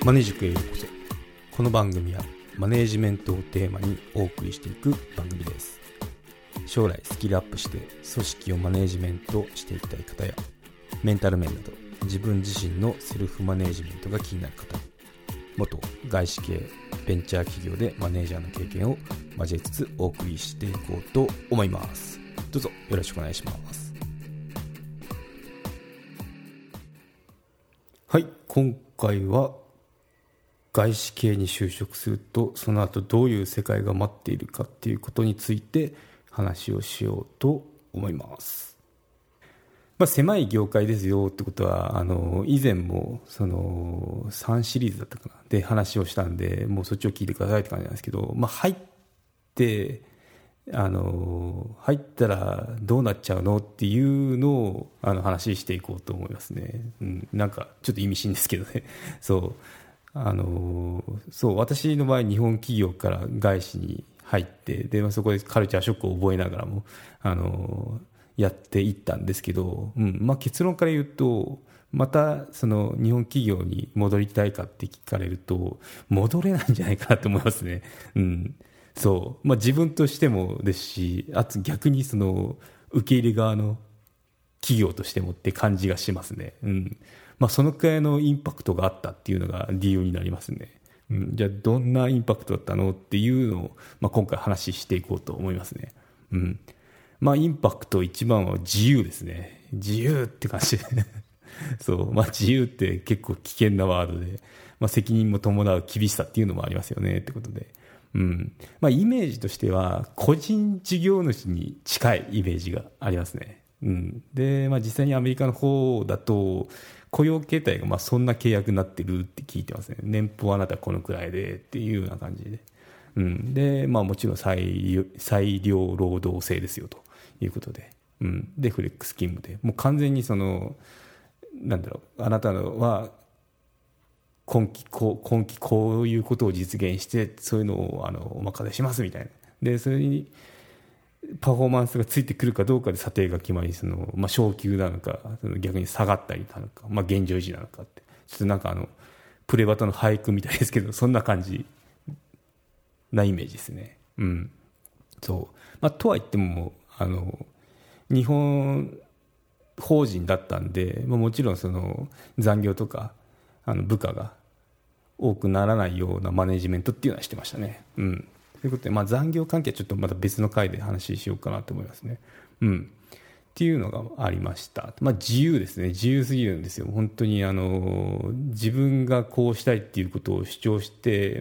マネ塾へようこそ。この番組はマネージメントをテーマにお送りしていく番組です。将来スキルアップして組織をマネージメントしていきたい方や、メンタル面など自分自身のセルフマネージメントが気になる方、元外資系ベンチャー企業でマネージャーの経験を交えつつお送りしていこうと思います。どうぞよろしくお願いします。はい、今回は外資系に就職するとその後どういう世界が待っているかっていうことについて話をしようと思います。狭い業界ですよってことは以前もその3シリーズだったかなで話をしたんで、もうそっちを聞いてくださいって感じなんですけど、入ったらどうなっちゃうのっていうのを話していこうと思いますね。なんかちょっと意味深ですけどねそう私の場合日本企業から外資に入ってで、そこでカルチャーショックを覚えながらもやっていったんですけど、結論から言うとまたその日本企業に戻りたいかって聞かれると戻れないんじゃないかなと思いますね。自分としてもですし、あと逆にその受け入れ側の企業としてもって感じがしますね。そのくらいのインパクトがあったっていうのが理由になりますね。じゃあどんなインパクトだったのっていうのを、今回話していこうと思いますね。インパクト一番は自由ですね。自由って感じで自由って結構危険なワードで、責任も伴う厳しさっていうのもありますよねってことで、イメージとしては個人事業主に近いイメージがありますね。で、実際にアメリカの方だと雇用形態がそんな契約になってるって聞いてますね。年俸はあなたこのくらいでっていうような感じで、でもちろん裁量労働制ですよということで、でフレックス勤務でもう完全にそのあなたは今期こういうことを実現してそういうのをお任せしますみたいなで、それにパフォーマンスがついてくるかどうかで査定が決まり、昇給なのか逆に下がったりなのか、現状維持なのかってちょっとプレバトの俳句みたいですけど、そんな感じなイメージですね。とは言っても日本法人だったんで、もちろんその残業とか部下が多くならないようなマネジメントっていうのはしてましたね。ということで、残業関係はちょっとまた別の回で話しようかなと思いますね。っていうのがありました。自由ですね。自由すぎるんですよ。本当に自分がこうしたいっていうことを主張して、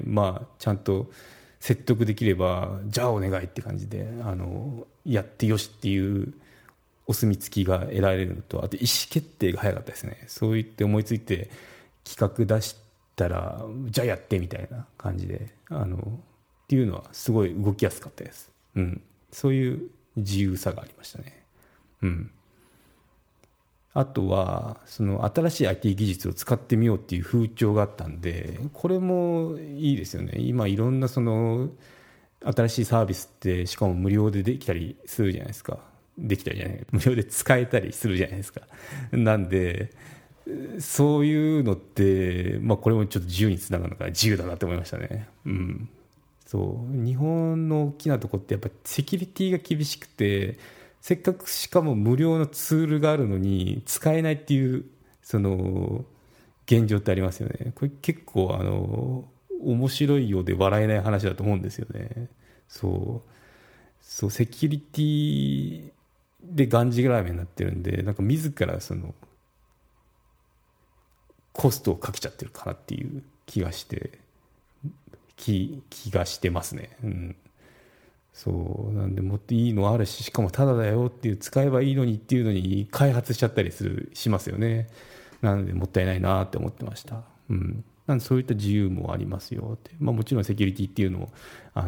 ちゃんと説得できればじゃあお願いって感じでやってよしっていうお墨付きが得られるのと、あと意思決定が早かったですね。そう言って思いついて企画出したらじゃあやってみたいな感じでっていうのはすごい動きやすかったです。そういう自由さがありましたね。あとはその新しい IT 技術を使ってみようっていう風潮があったんで、これもいいですよね。今いろんなその新しいサービスってしかも無料でできたりするじゃないですか。無料で使えたりするじゃないですか。なんでそういうのって、これもちょっと自由につながるのか自由だなと思いましたね。日本の大きなところってやっぱりセキュリティが厳しくて、せっかくしかも無料のツールがあるのに使えないっていうその現状ってありますよね。これ結構面白いようで笑えない話だと思うんですよね。セキュリティでがんじがらめになってるんで、自らそのコストをかけちゃってるかなっていう気がしてますね。なんでもっといいのあるし、しかもタダだよっていう、使えばいいのにっていうのに開発しちゃったりしますよね。なのでもったいないなって思ってました。なんでそういった自由もありますよって、もちろんセキュリティっていうのを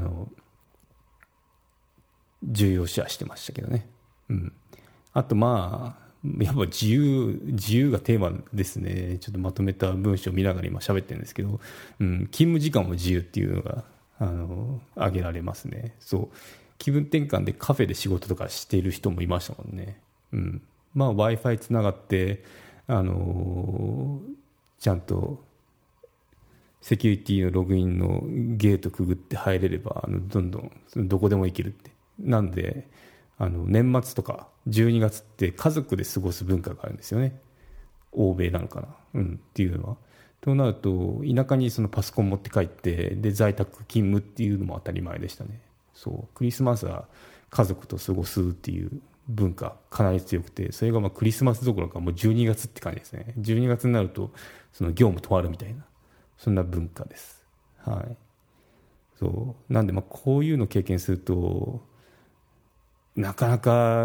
重要視はしてましたけどね。あとやっぱ自由がテーマですね。ちょっとまとめた文章を見ながら今喋ってるんですけど、勤務時間も自由っていうのが挙げられますね。気分転換でカフェで仕事とかしている人もいましたもんね。Wi-Fi つながってちゃんとセキュリティのログインのゲートくぐって入れればどんどんどこでも行けるって。なんで年末とか12月って家族で過ごす文化があるんですよね。欧米なのかな、っていうのは。となると田舎にそのパソコン持って帰ってで在宅勤務っていうのも当たり前でしたね。そうクリスマスは家族と過ごすっていう文化かなり強くて、それがまあクリスマスどころかもう12月って感じですね。12月になるとその業務止まるみたいな、そんな文化です。はい。そうなんでまあこういうのを経験するとなかなか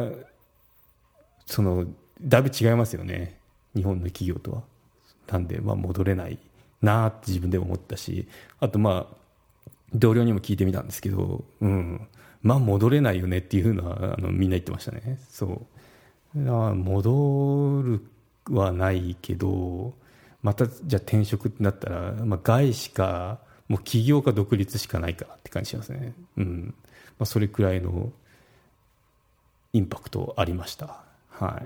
だいぶ違いますよね、日本の企業とは。なんでまあ戻れないなって自分でも思ったし、あとまあ同僚にも聞いてみたんですけど、まあ戻れないよねっていうのはみんな言ってましたね。そう戻るはないけど、またじゃあ転職ってなったら、まあ、外資かもう起業か独立しかないかなって感じしますね。まあ、それくらいのインパクトありました。はい。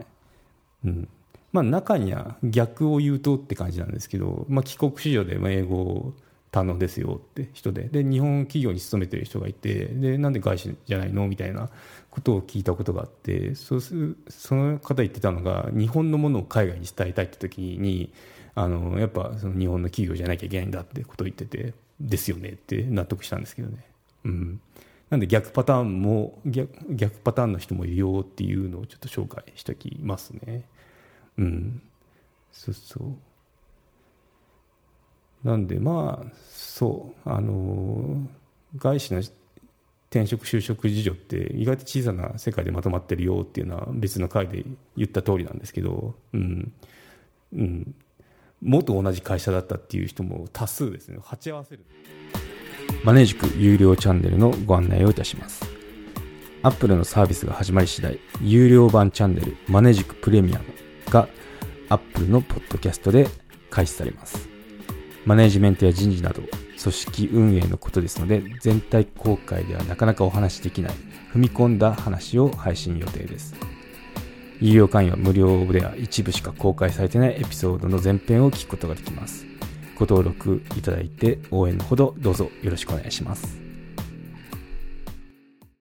まあ、中には逆を言うとって感じなんですけど、まあ、帰国子女で英語堪能ですよって人で日本企業に勤めてる人がいて、でなんで外資じゃないのみたいなことを聞いたことがあって、その方言ってたのが、日本のものを海外に伝えたいって時にやっぱその日本の企業じゃなきゃいけないんだってことを言ってて、ですよねって納得したんですけどね。なんで逆パターンの人もいるよっていうのをちょっと紹介しておきますね。そうなんでまあ外資の転職就職事情って意外と小さな世界でまとまってるよっていうのは別の回で言った通りなんですけど、元同じ会社だったっていう人も多数ですね。鉢合わせるマネジク有料チャンネルのご案内をいたします。アップルのサービスが始まり次第、有料版チャンネルマネジクプレミアムがアップルのポッドキャストで開始されます。マネジメントや人事など組織運営のことですので、全体公開ではなかなかお話しできない踏み込んだ話を配信予定です。有料会員は無料では一部しか公開されていないエピソードの前編を聞くことができます。ご登録いただいて応援のほどどうぞよろしくお願いします。